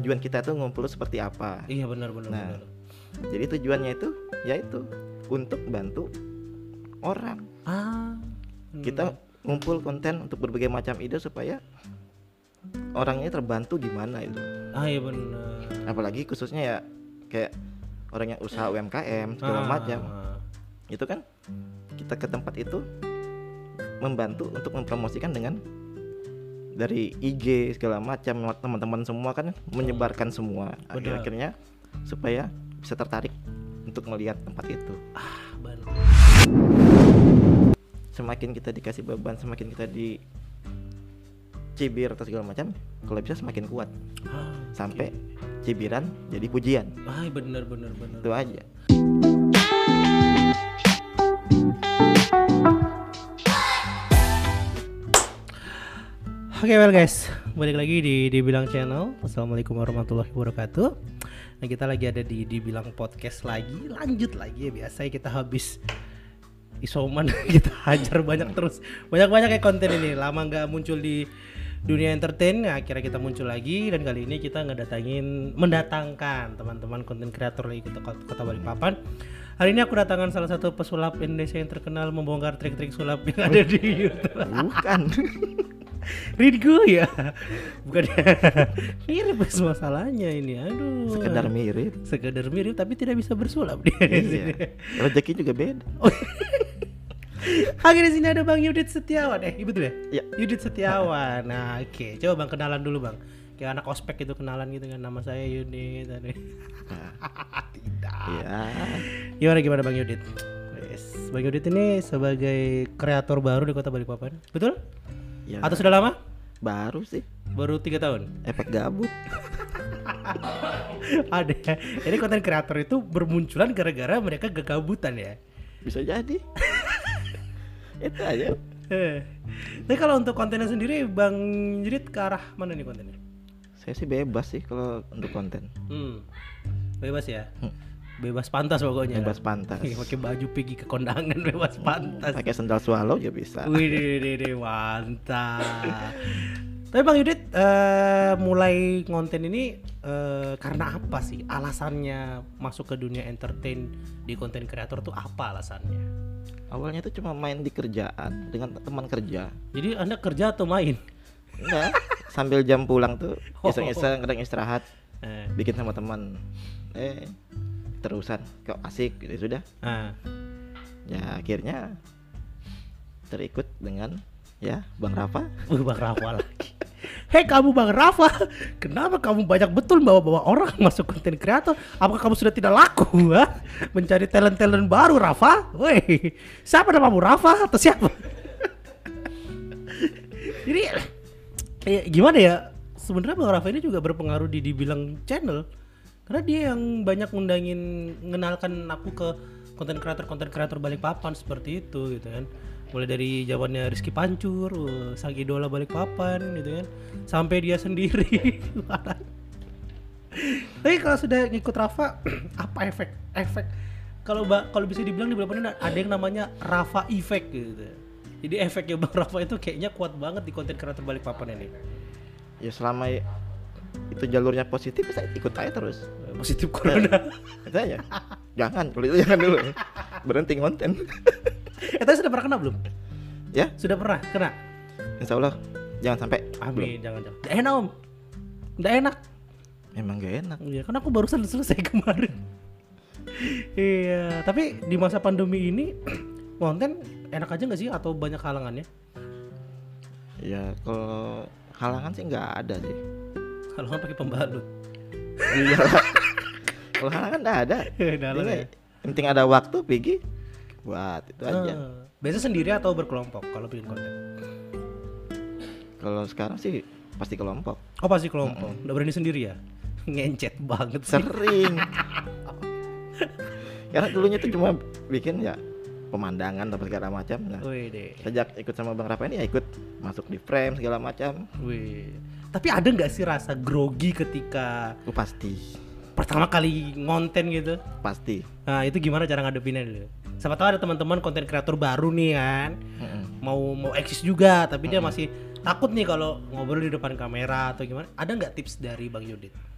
tujuan kita tuh ngumpul seperti apa. Iya benar. Jadi tujuannya itu yaitu untuk bantu orang. Kita ngumpul konten untuk berbagai macam ide supaya orangnya terbantu gimana itu. Iya benar. Apalagi khususnya ya kayak orang yang usaha UMKM segala macam. Itu kan kita ke tempat itu membantu untuk mempromosikan dengan dari IG segala macam, teman-teman semua kan menyebarkan semua. Akhirnya supaya bisa tertarik untuk melihat tempat itu. Benar. Semakin kita dikasih beban, semakin kita dicibir atau segala macam, kalau bisa semakin kuat. Sampai cibiran jadi pujian. Benar. Itu aja. Oke, well guys, balik lagi di Dibilang Channel. Assalamualaikum warahmatullahi wabarakatuh. Nah, kita lagi ada di Dibilang Podcast lagi. Lanjut lagi ya, biasanya kita habis isoman kita hajar banyak kayak konten ini. Lama nggak muncul di dunia entertain, nah, akhirnya kita muncul lagi. Dan kali ini kita mendatangkan teman-teman konten kreator lagi ke kota Balikpapan. Hari ini aku datangkan salah satu pesulap Indonesia yang terkenal membongkar trik-trik sulap yang ada di YouTube. Bukan. Ridgo ya, bukan mirip masalahnya ini. Aduh. Sekedar mirip tapi tidak bisa bersulap dia. Iya. Rezeki juga beda. Akhirnya sini ada Bang Yudit Setiawan. Betul ya? Iya. Yudit Setiawan. Nah, oke. Coba Bang kenalan dulu Bang. Kayak anak ospek itu kenalan gitu kan, nama saya Yudit. Tidak. Iya. Gimana Bang Yudit? Yes. Bang Yudit ini sebagai kreator baru di Kota Balikpapan. Betul? Ya. Atau sudah lama? Baru sih. Baru 3 tahun. Efek gabut. Ada. Jadi konten kreator itu bermunculan gara-gara mereka kegabutan ya. Bisa jadi. Itu aja. Tapi kalau untuk kontennya sendiri Bang Yudit ke arah mana nih kontennya? Saya sih bebas sih kalau untuk konten. Bebas ya. Bebas pantas pokoknya. Bebas pantas. Pakai baju pergi ke kondangan bebas pantas. Pakai sandal swallow ya bisa. Wih, mantap. Tapi Bang Yudit mulai konten ini karena apa sih? Alasannya masuk ke dunia entertain di konten kreator tuh apa alasannya? Awalnya tuh cuma main di kerjaan dengan teman kerja. Jadi Anda kerja atau main? Enggak, sambil jam pulang tuh iseng-iseng kadang istirahat. Bikin sama teman. Terusan kok asik gitu sudah. Ya akhirnya terikut dengan Bang Rafa. Bang Rafa lagi. Hei kamu Bang Rafa, kenapa kamu banyak betul bawa-bawa orang masuk konten kreator? Apakah kamu sudah tidak laku mencari talent-talent baru Rafa? Woi, siapa namamu Rafa atau siapa? Jadi gimana ya? Sebenarnya Bang Rafa ini juga berpengaruh di Dibilang Channel. Karena dia yang banyak ngenalkan aku ke konten kreator Balikpapan seperti itu gitu kan. Mulai dari zamannya Rizky Pancur, sang idola Balikpapan gitu kan, sampai dia sendiri. Tapi kalau sudah ngikut Rafa, apa efek? Kalau bisa dibilang di Balikpapan ada yang namanya Rafa Effect gitu. Jadi efeknya Bang Rafa itu kayaknya kuat banget di konten kreator Balikpapan ini. Ya selama itu jalurnya positif saya ikut aja terus. Positif corona. Itu aja. Jangan, kalau itu jangan dulu. Berhenti konten. Tapi sudah pernah kena belum? Ya? Sudah pernah kena? Insya Allah jangan sampai. Amin, jangan. Nggak enak Om. Nggak enak. Emang gak enak. Iya, kan aku barusan selesai kemarin. Iya, tapi di masa pandemi ini konten enak aja nggak sih atau banyak halangannya? Ya kalau halangan sih nggak ada sih. Halangan pakai pembalut. Iya. Kalau halangan nggak ada. Yang penting ada waktu pergi buat itu aja. Biasa sendiri atau berkelompok kalau bikin konten? Kalau sekarang sih pasti kelompok. Oh pasti kelompok. Udah berani sendiri ya? Ngencet banget sih. Sering. Karena dulunya tuh cuma bikin ya pemandangan atau segala macam. Nah, sejak ikut sama Bang Rafa ini ya ikut masuk di frame segala macam. Tapi ada nggak sih rasa grogi ketika? Pasti. Pertama kali ngonten gitu? Pasti. Nah itu gimana cara ngadepinnya dulu? Siapa tahu ada teman-teman konten kreator baru nih kan, mau eksis juga, tapi dia masih takut nih kalau ngobrol di depan kamera atau gimana. Ada nggak tips dari Bang Yudit?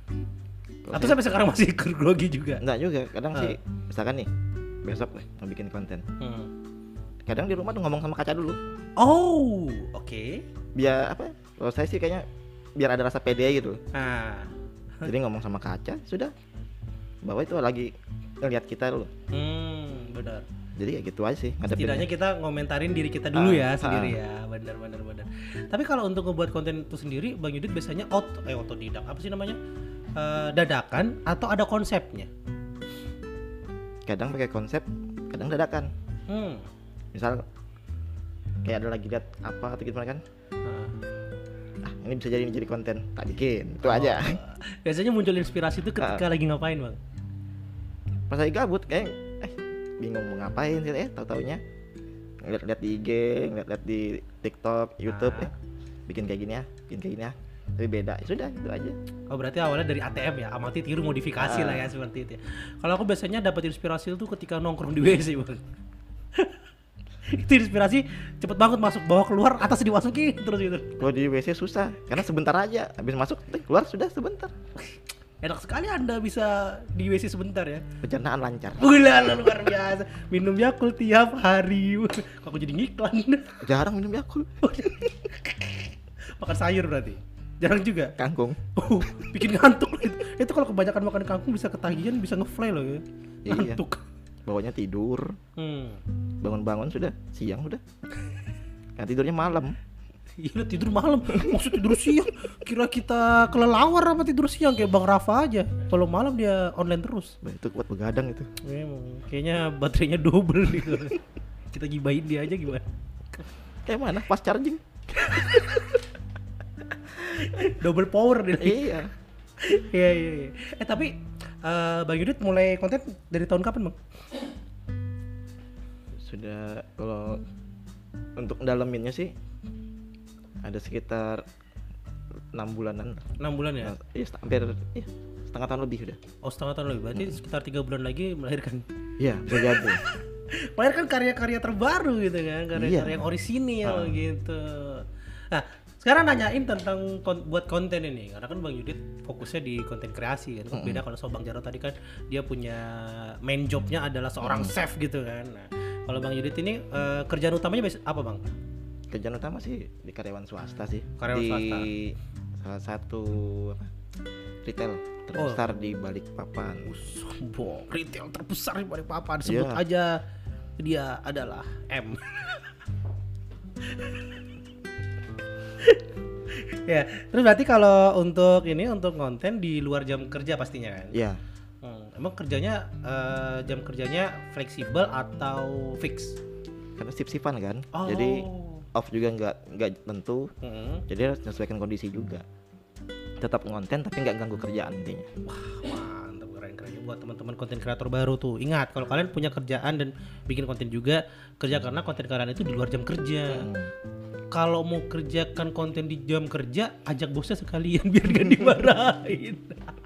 Kalau Atau sampai sekarang masih grogi juga? enggak juga, kadang sih misalkan nih besok mau bikin konten. Kadang di rumah tuh ngomong sama kaca dulu. Oh, oke. Biar apa? Kalau saya sih kayaknya biar ada rasa pede gitu. Ah. Jadi ngomong sama kaca sudah. Bahwa itu lagi ngelihat kita dulu. Benar. Jadi ya gitu aja sih ngadepinnya. Setidaknya kita ngomentarin diri kita dulu ya sendiri ya. Benar. Tapi kalau untuk ngebuat konten itu sendiri, Bang Yudit biasanya otodidak. Apa sih namanya? Dadakan atau ada konsepnya? Kadang pakai konsep, kadang dadakan. Misal kayak ada lagi lihat apa atau gimana kan, ini bisa jadi konten, tak bikin itu aja. Biasanya muncul inspirasi itu ketika lagi ngapain, Bang? Pas lagi gabut kayak bingung mau ngapain sih, tahu-taunya ngeliat di IG, ngeliat di TikTok, YouTube, bikin kayak gini ya, tapi beda, sudah itu aja. Oh, berarti awalnya dari ATM ya, amati tiru modifikasi lah ya, seperti itu ya. Kalau aku biasanya dapat inspirasi itu ketika nongkrong di WC, Bang. Itu inspirasi cepet banget masuk, bawa keluar, atas dimasukin terus gitu. Kalau di WC susah karena sebentar aja, habis masuk keluar sudah sebentar. Enak sekali Anda bisa di WC sebentar ya. Pencernaan lancar. Luar biasa. Minum Yakult tiap hari. Kok aku jadi ngiklan. Jarang minum Yakult. Makan sayur berarti. Jarang juga. Kangkung. Oh, bikin ngantuk itu. Itu kalau kebanyakan makan kangkung bisa ketagihan, bisa ngefly loh ya. Ngantuk. Iya. Bawanya tidur. Bangun-bangun sudah siang udah. Nah, tidurnya malam. Iya, tidur malam. Maksud tidur siang? Kira kita kelelawar apa tidur siang kayak Bang Rafa aja. Kalau malam dia online terus. Bah, itu kuat begadang itu. Memang. Kayaknya baterainya double nih. Kita gibahin dia aja gimana? Kayak mana? Pas charging. Double power dia. Iya. Iya. Tapi Bang Yudit mulai konten dari tahun kapan, Bang? Sudah, kalau untuk dalaminnya sih ada sekitar 6 bulanan. 6 bulan ya? Iya, hampir setengah tahun lebih udah. Oh, setengah tahun lebih. Berarti sekitar 3 bulan lagi melahirkan. Iya, bergabung. Melahirkan karya-karya terbaru gitu kan, karya-karya yang orisinil gitu. Nah, sekarang nanyain tentang buat konten ini, karena kan Bang Yudit fokusnya di konten kreasi kan. Beda kalau sama Bang Jarod tadi kan dia punya main jobnya adalah seorang chef gitu kan. Nah, kalau Bang Yudit ini kerjaan utamanya apa, Bang? Kerjaan utama sih di karyawan swasta sih. Karyawan swasta. Salah satu retail terbesar di Balikpapan. Sombong, retail terbesar di Balikpapan. Sebut aja dia adalah M. Ya, terus berarti kalau untuk konten di luar jam kerja pastinya kan? Iya. Emang kerjanya jam kerjanya fleksibel atau fix? Karena sip-sipan kan. Jadi off juga nggak tentu. Jadi harus menyesuaikan kondisi juga. Tetap ngonten tapi nggak ganggu kerjaan intinya. Wah, mantap, keren buat teman-teman konten kreator baru tuh. Ingat, kalau kalian punya kerjaan dan bikin konten juga, kerja karena konten kalian itu di luar jam kerja. Kalau mau kerjakan konten di jam kerja, ajak bosnya sekalian biar gak dimarahin.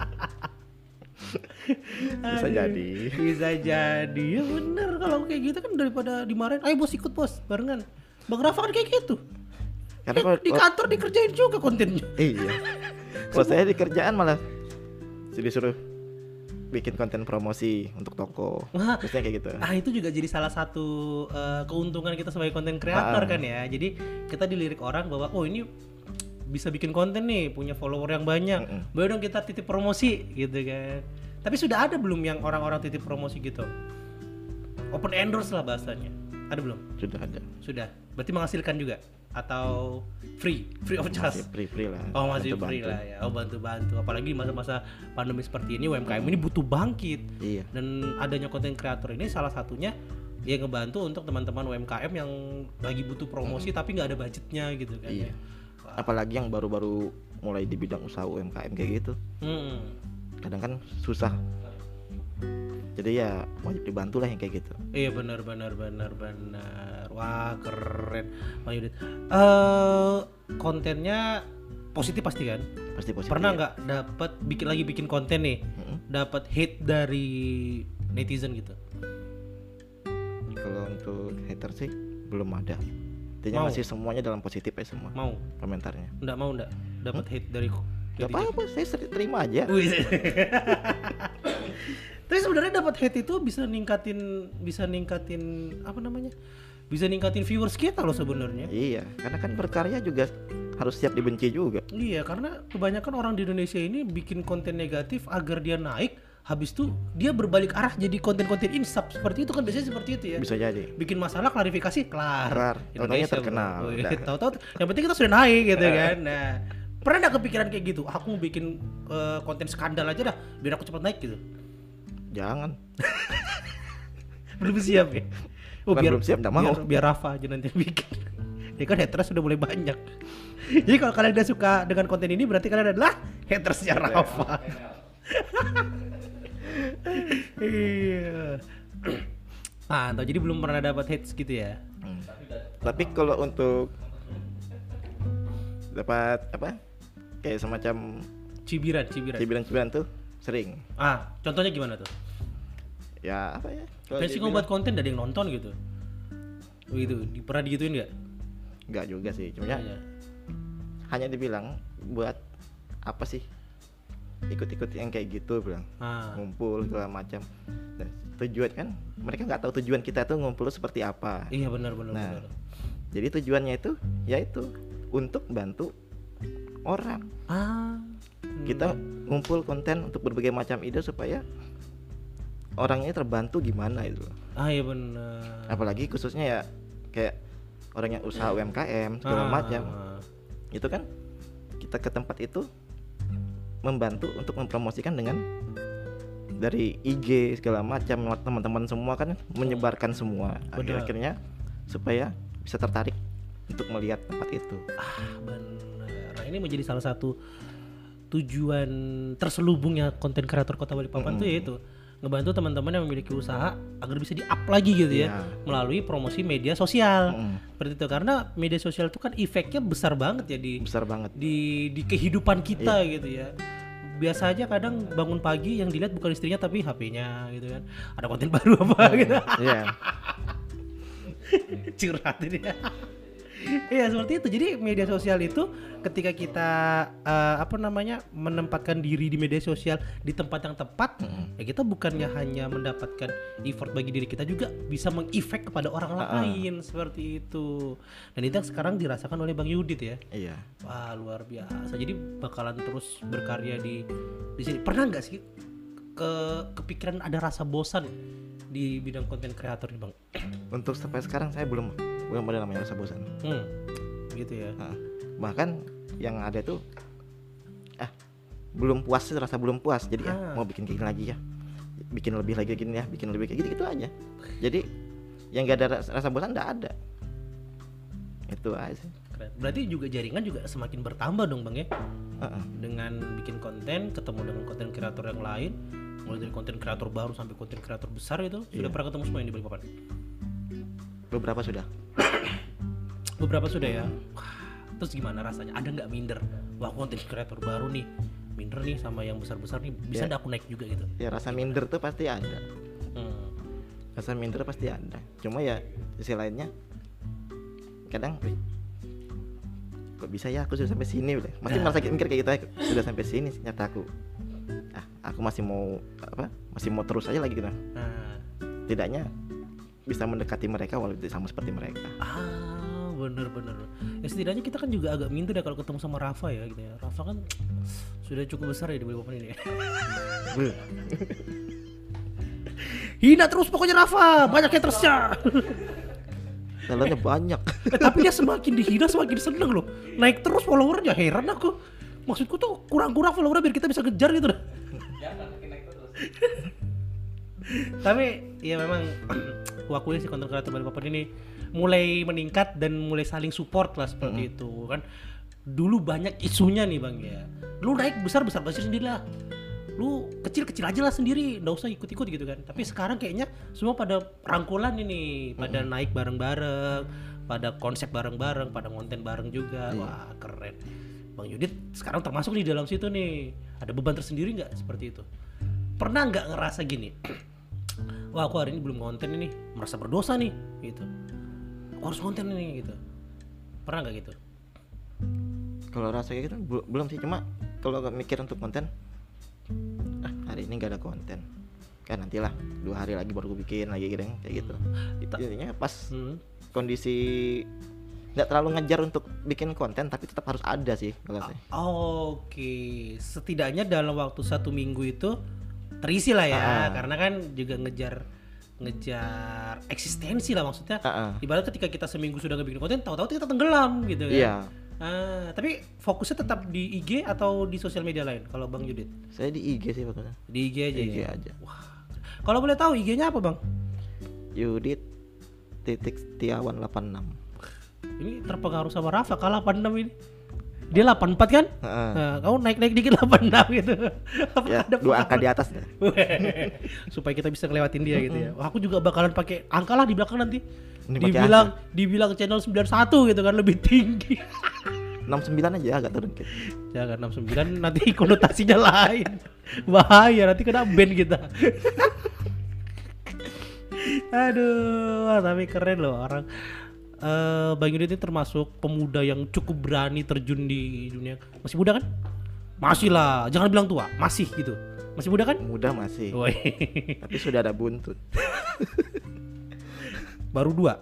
Bisa jadi. Ya bener, kalau kayak gitu kan daripada dimarahin, ayo bos ikut bos, barengan. Bang Rafa kan kayak gitu. Karena kalau di kantor dikerjain juga kontennya. Iya. Kalau saya di kerjaan malah disuruh bikin konten promosi untuk toko. Biasanya kayak gitu. Itu juga jadi salah satu keuntungan kita sebagai konten kreator kan ya. Jadi kita dilirik orang bahwa ini bisa bikin konten nih, punya follower yang banyak. Baru dong kita titip promosi gitu kan. Tapi sudah ada belum yang orang-orang titip promosi gitu? Open endorse lah bahasanya. Ada belum? Sudah ada. Sudah. Berarti menghasilkan juga atau free of charge? Free lah. Oh, masih free lah ya. Oh, bantu-bantu. Apalagi masa-masa pandemi seperti ini, UMKM ini butuh bangkit. Iya. Dan adanya konten kreator ini salah satunya dia ngebantu untuk teman-teman UMKM yang lagi butuh promosi tapi nggak ada budgetnya gitu kan. Iya. Apalagi yang baru-baru mulai di bidang usaha UMKM kayak gitu. Kadang kan susah. Jadi ya wajib dibantu lah yang kayak gitu. Iya, benar. Wah, keren Bang Yudit. Kontennya positif pasti kan? Pasti positif. Pernah nggak dapat bikin konten nih, dapat hate dari netizen gitu? Kalau untuk hater sih belum ada. Intinya masih semuanya dalam positif ya semua. Mau komentarnya. Nggak dapat hate dari Gak apa-apa, saya terima aja. Tapi sebenarnya dapat hate itu bisa ningkatin apa namanya? Bisa ningkatin viewers kita loh sebenarnya. Iya, karena kan berkarya juga harus siap dibenci juga. Iya, karena kebanyakan orang di Indonesia ini bikin konten negatif agar dia naik, habis itu dia berbalik arah jadi konten-konten insaf seperti itu kan, biasanya seperti itu ya. Bisa jadi. Bikin masalah, klarifikasi, kelar. Tahu-taunya terkenal. Tahu-tahu yang penting kita sudah naik gitu kan. Nah, pernah nggak kepikiran kayak gitu? Aku mau bikin konten skandal aja dah, biar aku cepat naik gitu. Jangan. Belum siap ya? Belum siap, nggak mau. Biar Rafa aja nanti yang bikin. Ya kan haters sudah mulai banyak. Jadi kalau kalian udah suka dengan konten ini, berarti kalian adalah hatersnya Rafa. Iya. Atau jadi belum pernah dapat hate gitu ya. Tapi kalau untuk dapat apa? Kayak semacam cibiran tuh sering. Contohnya gimana tuh? Ya apa ya? Kayak sih buat konten ada yang nonton gitu. Gitu, pernah digituin nggak? Nggak juga sih, cuma hanya dibilang buat apa sih? Ikut-ikut yang kayak gitu bilang. Ngumpul segala macam. Nah, tujuan kan mereka nggak tahu tujuan kita tuh ngumpul seperti apa. Iya benar. Jadi tujuannya itu yaitu untuk bantu orang. Kita ngumpul konten untuk berbagai macam ide supaya orangnya terbantu gimana itu. Iya benar. Apalagi khususnya ya kayak orang yang usaha UMKM segala macam. Itu kan kita ke tempat itu membantu untuk mempromosikan dengan dari IG segala macam, teman-teman semua kan menyebarkan semua. Akhirnya supaya bisa tertarik untuk melihat tempat itu. Benar. Nah, ini menjadi salah satu tujuan terselubungnya konten kreator Kota Balikpapan tuh yaitu ngebantu teman-teman yang memiliki usaha agar bisa di-up lagi gitu ya melalui promosi media sosial. Seperti itu, karena media sosial itu kan efeknya besar banget ya di kehidupan kita gitu ya. Biasa aja kadang bangun pagi yang dilihat bukan istrinya tapi HP-nya gitu kan. Ada konten baru apa gitu. Iya. Curhat ini. Iya seperti itu. Jadi media sosial itu ketika kita menempatkan diri di media sosial di tempat yang tepat, ya kita bukannya hanya mendapatkan effort bagi diri kita, juga bisa mengefek kepada orang lain seperti itu. Dan itu yang sekarang dirasakan oleh Bang Yudit ya. Iya. Wah luar biasa. Jadi bakalan terus berkarya di sini. Pernah nggak sih kepikiran ada rasa bosan di bidang konten kreator nih Bang? Untuk sampai sekarang saya belum ada namanya rasa bosan. Gitu ya. Bahkan yang ada tuh belum puas, rasa belum puas. Jadi mau bikin kayak gini lagi ya, bikin lebih lagi gini ya, bikin lebih kayak gitu aja. Jadi yang gak ada rasa bosan nggak ada. Itu aja. Keren. Berarti juga jaringan juga semakin bertambah dong Bang ya. Dengan bikin konten, ketemu dengan konten kreator yang lain, mulai dari konten kreator baru sampai konten kreator besar itu. Sudah pernah ketemu semua yang di Balikpapan? Beberapa sudah ya. Wah, terus gimana rasanya? Ada nggak minder? Wah, konten kreator baru nih, minder nih sama yang besar-besar nih, bisa nggak aku naik juga gitu? Ya rasa minder tuh pasti ada. Rasa minder pasti ada. Cuma ya sisi lainnya kadang kok bisa ya aku sudah sampai sini udah. Masih merasa mikir kayak gitu, sudah sampai sini ternyata aku masih mau terus aja lagi gitu. Tidaknya bisa mendekati mereka walau tidak sama seperti mereka. Bener. Ya setidaknya kita kan juga agak minder ya kalau ketemu sama Rafa ya gitu ya. Rafa kan sudah cukup besar ya di Balikpapan ini ya. Hina terus pokoknya Rafa, banyak hatersnya. Salahnya banyak. Tapi dia semakin dihina semakin seneng loh. Naik terus followernya, heran aku. Maksudku tuh kurang-kurang followernya biar kita bisa kejar gitu dah. Tapi ya memang aku akui sih konten kreator Balikpapan ini mulai meningkat dan mulai saling support lah seperti itu kan. Dulu banyak isunya nih Bang ya. Lu naik besar sendiri lah. Lu kecil aja lah sendiri, nggak usah ikut-ikut gitu kan. Tapi sekarang kayaknya semua pada rangkulan ini, pada naik bareng-bareng, pada konsep bareng-bareng, pada konten bareng juga. Wah keren. Bang Yudit sekarang termasuk di dalam situ nih. Ada beban tersendiri nggak seperti itu? Pernah nggak ngerasa gini? Wah aku hari ini belum konten ini, merasa berdosa nih gitu. Aku harus konten ini gitu. Pernah nggak gitu? Kalau rasa kayak gitu belum sih, cuma kalau mikir untuk konten, hari ini nggak ada konten, kan nantilah 2 hari lagi baru gue bikin lagi gitu, kayak gitu. Intinya pas kondisi nggak terlalu ngejar untuk bikin konten, tapi tetap harus ada sih kalau saya. Oke, setidaknya dalam waktu 1 minggu itu terisi lah ya, karena kan juga ngejar eksistensi lah maksudnya. Ibarat ketika kita seminggu sudah ngebikin konten, tahu-tahu kita tenggelam gitu kan. Iya. Tapi fokusnya tetap di IG atau di sosial media lain kalau Bang Yudit? Saya di IG sih pokoknya. Di IG aja. IG ya? aja. Wah. Kalau boleh tahu IG-nya apa Bang? Yudit.Setiawan86. Ini terpengaruh sama Rafa kalau 86 ini. Dia 84 kan? Nah, kamu naik dikit 86 gitu. Ya, 2 angka di atas deh. Supaya kita bisa ngelewatin dia gitu ya. Wah, aku juga bakalan pakai angka lah di belakang nanti. Dibilang channel 91 gitu kan, lebih tinggi. 69 aja agak turun dikit. Jangan 69 nanti konotasinya lain. Bahaya, nanti kena ban kita. Aduh, tapi keren loh orang. Bang Yudit ini termasuk pemuda yang cukup berani terjun di dunia. Masih muda kan? Masih lah, jangan bilang tua, masih gitu. Masih muda kan? Muda masih. Tapi sudah ada buntut. Baru dua.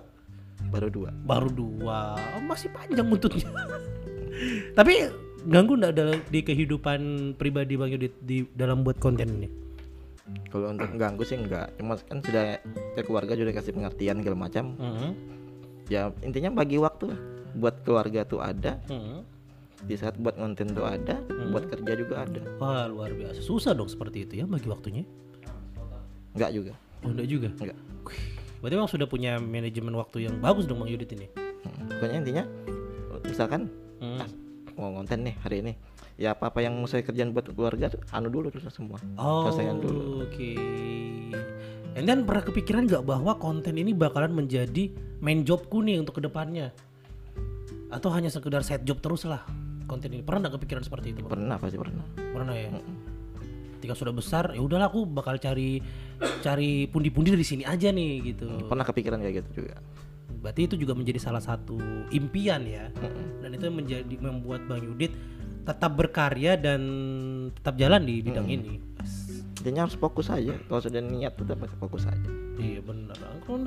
Masih panjang buntutnya. Tapi ganggu enggak di kehidupan pribadi Bang Yudit di dalam buat konten ini? Kalau untuk ganggu sih enggak. Cuma kan sudah ke keluarga sudah kasih pengertian segala macam. Ya intinya bagi waktu lah. Buat keluarga tuh ada. Di saat buat konten tuh ada, buat kerja juga ada. Wah, luar biasa. Susah dong seperti itu ya bagi waktunya? Enggak juga. Oh, enggak juga? Enggak. Berarti memang sudah punya manajemen waktu yang bagus dong Bang Yudit ini. Pokoknya intinya misalkan mau konten nih hari ini, ya apa yang saya kerjaan buat keluarga tuh dulu terus semua. Selesaikan dulu. Oke. And then pernah kepikiran nggak bahwa konten ini bakalan menjadi main jobku nih untuk kedepannya? Atau hanya sekedar side job terus lah konten ini? Pernah nggak kepikiran seperti itu? Pernah, pasti pernah. Pernah ya. Ketika sudah besar, ya udahlah aku bakal cari pundi-pundi dari sini aja nih gitu. Pernah kepikiran kayak gitu juga. Berarti itu juga menjadi salah satu impian ya. Dan itu membuat Bang Yudit tetap berkarya dan tetap jalan di bidang ini. Intinya harus fokus aja. Kalau sudah niat tetap fokus aja. Iya benar.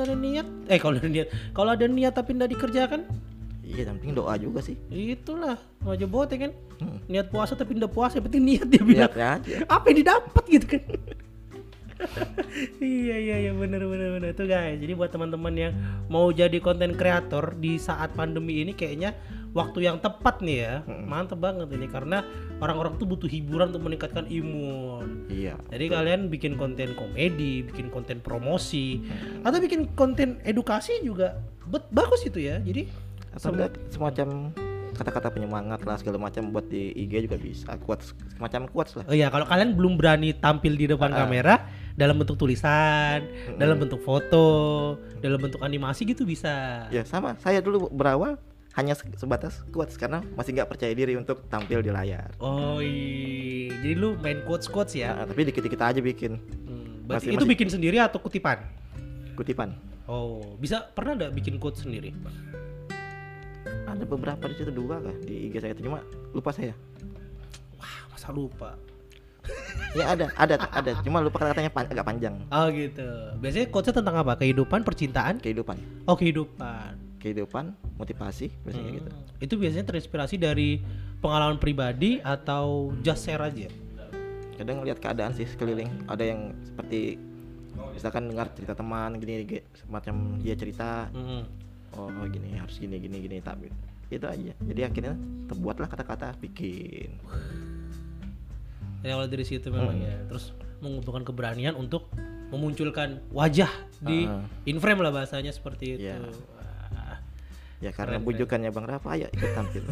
Kalau ada niat tapi tidak dikerjakan, iya, yang penting doa juga sih. Itulah aja bote kan. Niat puasa tapi tidak puasa, yang penting niat dia bilang. Niatnya aja. Apa yang didapat gitu kan. Iya benar itu guys. Jadi buat teman-teman yang mau jadi konten kreator di saat pandemi ini kayaknya waktu yang tepat nih ya. Mantep banget ini karena orang-orang tuh butuh hiburan untuk meningkatkan imun. Iya. Jadi kalian bikin konten komedi, bikin konten promosi, atau bikin konten edukasi juga bagus itu ya. Jadi semacam kata-kata penyemangat lah segala macam buat di IG juga bisa, quotes, semacam quotes lah. Oh iya, kalau kalian belum berani tampil di depan kamera dalam bentuk tulisan, dalam bentuk foto, dalam bentuk animasi gitu bisa. Ya sama, saya dulu berawal hanya sebatas quotes karena masih nggak percaya diri untuk tampil di layar. Oh iya, jadi lu main quotes ya? Tapi dikit-dikit aja bikin. Berarti itu bikin sendiri atau kutipan? Kutipan. Oh, bisa pernah nggak bikin quotes sendiri? Ada beberapa di situ 2 kah di IG saya, cuma lupa saya. Wah, masa lupa? Ya ada, cuma lupa kata-katanya agak panjang. Oh gitu. Biasanya quotesnya tentang apa? Kehidupan, percintaan? Kehidupan. Oh kehidupan, motivasi biasanya gitu. Itu biasanya terinspirasi dari pengalaman pribadi atau just share aja? Kadang ngeliat keadaan sih sekeliling. Ada yang seperti misalkan dengar cerita teman gini semacam dia cerita. Oh gini harus gini tapi itu aja. Jadi akhirnya terbuatlah kata-kata bikin. Ya kalau dari situ memang ya. Terus mengumpulkan keberanian untuk memunculkan wajah di in frame lah bahasanya seperti itu. Yeah. Ya karena bujukannya Bang Rafa ya ikut tampil.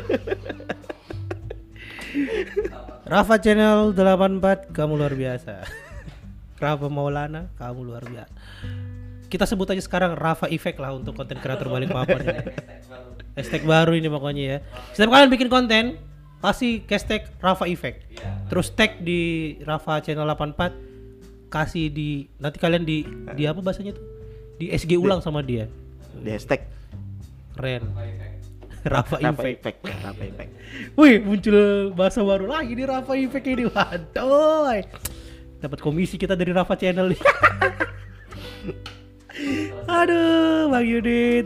Rafa Channel 84, kamu luar biasa. Rafa Maulana, kamu luar biasa. Kita sebut aja sekarang Rafa Effect lah untuk konten kreator Balikpapan ini. Hashtag baru ini pokoknya ya. Setiap kalian bikin konten, kasih hashtag Rafa Effect. Terus tag di Rafa Channel 84, kasih di nanti kalian di apa bahasanya tuh? Di SG ulang sama dia. Di hashtag. Keren. Rafa Impact. Rafa Impact. Wih, muncul bahasa baru lagi di Rafa Impact ini. Waduh. Dapat komisi kita dari Rafa Channel nih. Aduh, Bang Yudit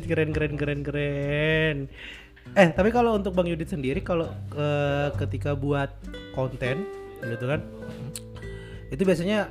keren. Tapi kalau untuk Bang Yudit sendiri, kalau ketika buat konten gitu kan, itu biasanya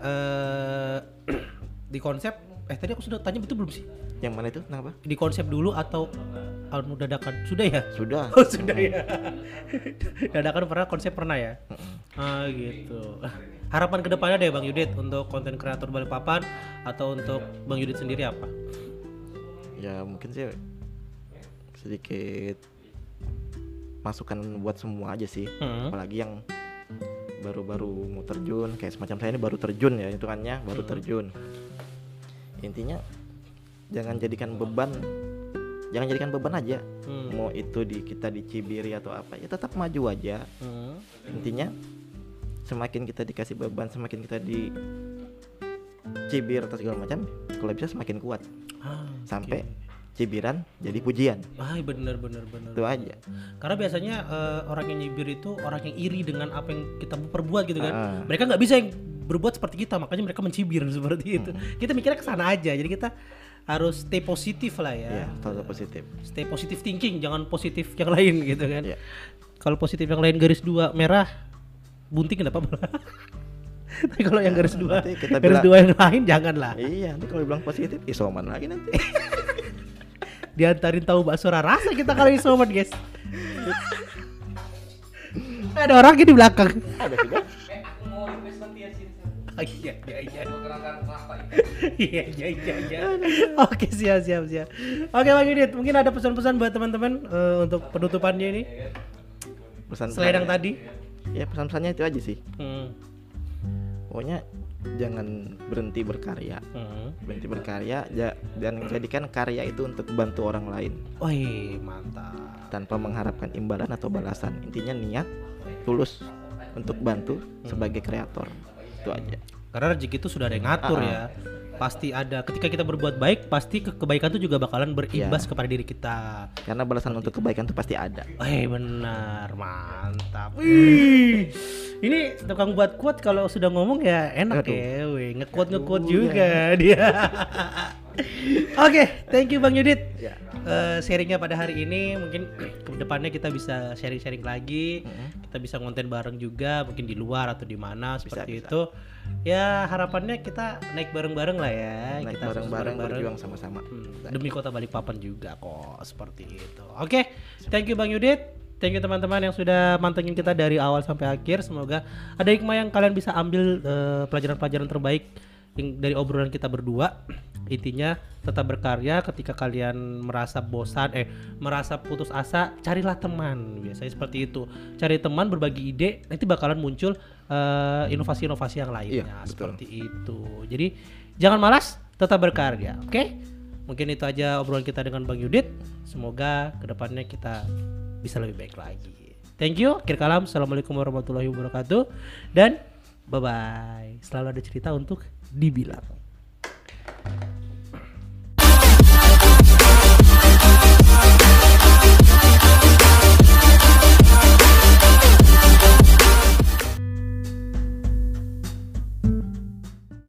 di konsep. Tadi aku sudah tanya betul belum sih? Yang mana itu? Kenapa? Di konsep dulu atau dadakan? Sudah ya? Sudah. Oh, sudah ya. Dadakan konsep pernah ya? Gitu. Harapan kedepannya deh Bang Yudit untuk konten kreator Balikpapan atau untuk Bang Yudit sendiri apa? Ya mungkin sih sedikit masukan buat semua aja sih. Apalagi yang baru-baru mau terjun, kayak semacam saya ini baru terjun ya, hitungannya baru terjun. Intinya jangan jadikan beban aja. Mau itu kita di Cibiri atau apa, ya tetap maju aja. Intinya semakin kita dikasih beban, semakin kita di cibir atau segala macam, kalau bisa semakin kuat. Sampai cibiran jadi pujian. Bener. Itu aja. Karena biasanya orang yang nyibir itu orang yang iri dengan apa yang kita perbuat gitu kan. Mereka nggak bisa yang berbuat seperti kita, makanya mereka mencibir seperti itu. Kita mikirnya kesana aja, jadi kita harus stay positif lah ya. Selalu positif. Stay positive thinking, jangan positif yang lain gitu kan. Kalau positif yang lain garis 2 merah, bunting kenapa? Tapi kalau yang garis 2 yang lain janganlah. Iya, nanti kalau bilang positif isoman lagi nanti. Diantarin tahu bakso rasa kita kalau isoman, guys. Ada orang di belakang. Ada juga. Iya. Oke, siap. Oke, Bang Yudit, mungkin ada pesan-pesan buat teman-teman untuk penutupannya ini. Pesan selain yang tadi. Ya pesan-pesannya itu aja sih. Pokoknya jangan berhenti berkarya. Berhenti berkarya dan jadikan karya itu untuk bantu orang lain. Wih, mantap. Tanpa mengharapkan imbalan atau balasan. Intinya niat tulus untuk bantu sebagai kreator. Itu aja. Karena rezeki itu sudah ada yang ngatur ya. Pasti ada. Ketika kita berbuat baik, pasti kebaikan itu juga bakalan berimbas kepada diri kita. Karena balasan untuk kebaikan itu pasti ada. Benar, mantap. Ini tukang buat quote kalau sudah ngomong ya enak. Nge-quote juga dia. Oke, thank you Bang Yudit. Sharingnya pada hari ini, mungkin ke depannya kita bisa sharing-sharing lagi. Kita bisa konten bareng juga, mungkin di luar atau di mana seperti itu. Ya harapannya kita naik bareng-bareng lah ya. Naik kita bareng-bareng, berjuang sama-sama. Demi kota Balikpapan juga kok, seperti itu. Oke, thank you Bang Yudit. Thank you teman-teman yang sudah mantengin kita dari awal sampai akhir. Semoga ada hikmah yang kalian bisa ambil, pelajaran-pelajaran terbaik dari obrolan kita berdua. Intinya tetap berkarya. Ketika kalian merasa bosan, merasa putus asa, carilah teman. Biasanya seperti itu. Cari teman, berbagi ide, nanti bakalan muncul inovasi-inovasi yang lainnya. Seperti itu. Jadi jangan malas, tetap berkarya. Oke? Mungkin itu aja obrolan kita dengan Bang Yudit. Semoga kedepannya kita bisa lebih baik lagi. Thank you. Akhir kalam, assalamualaikum warahmatullahi wabarakatuh. Dan bye-bye. Selalu ada cerita untuk dibilang.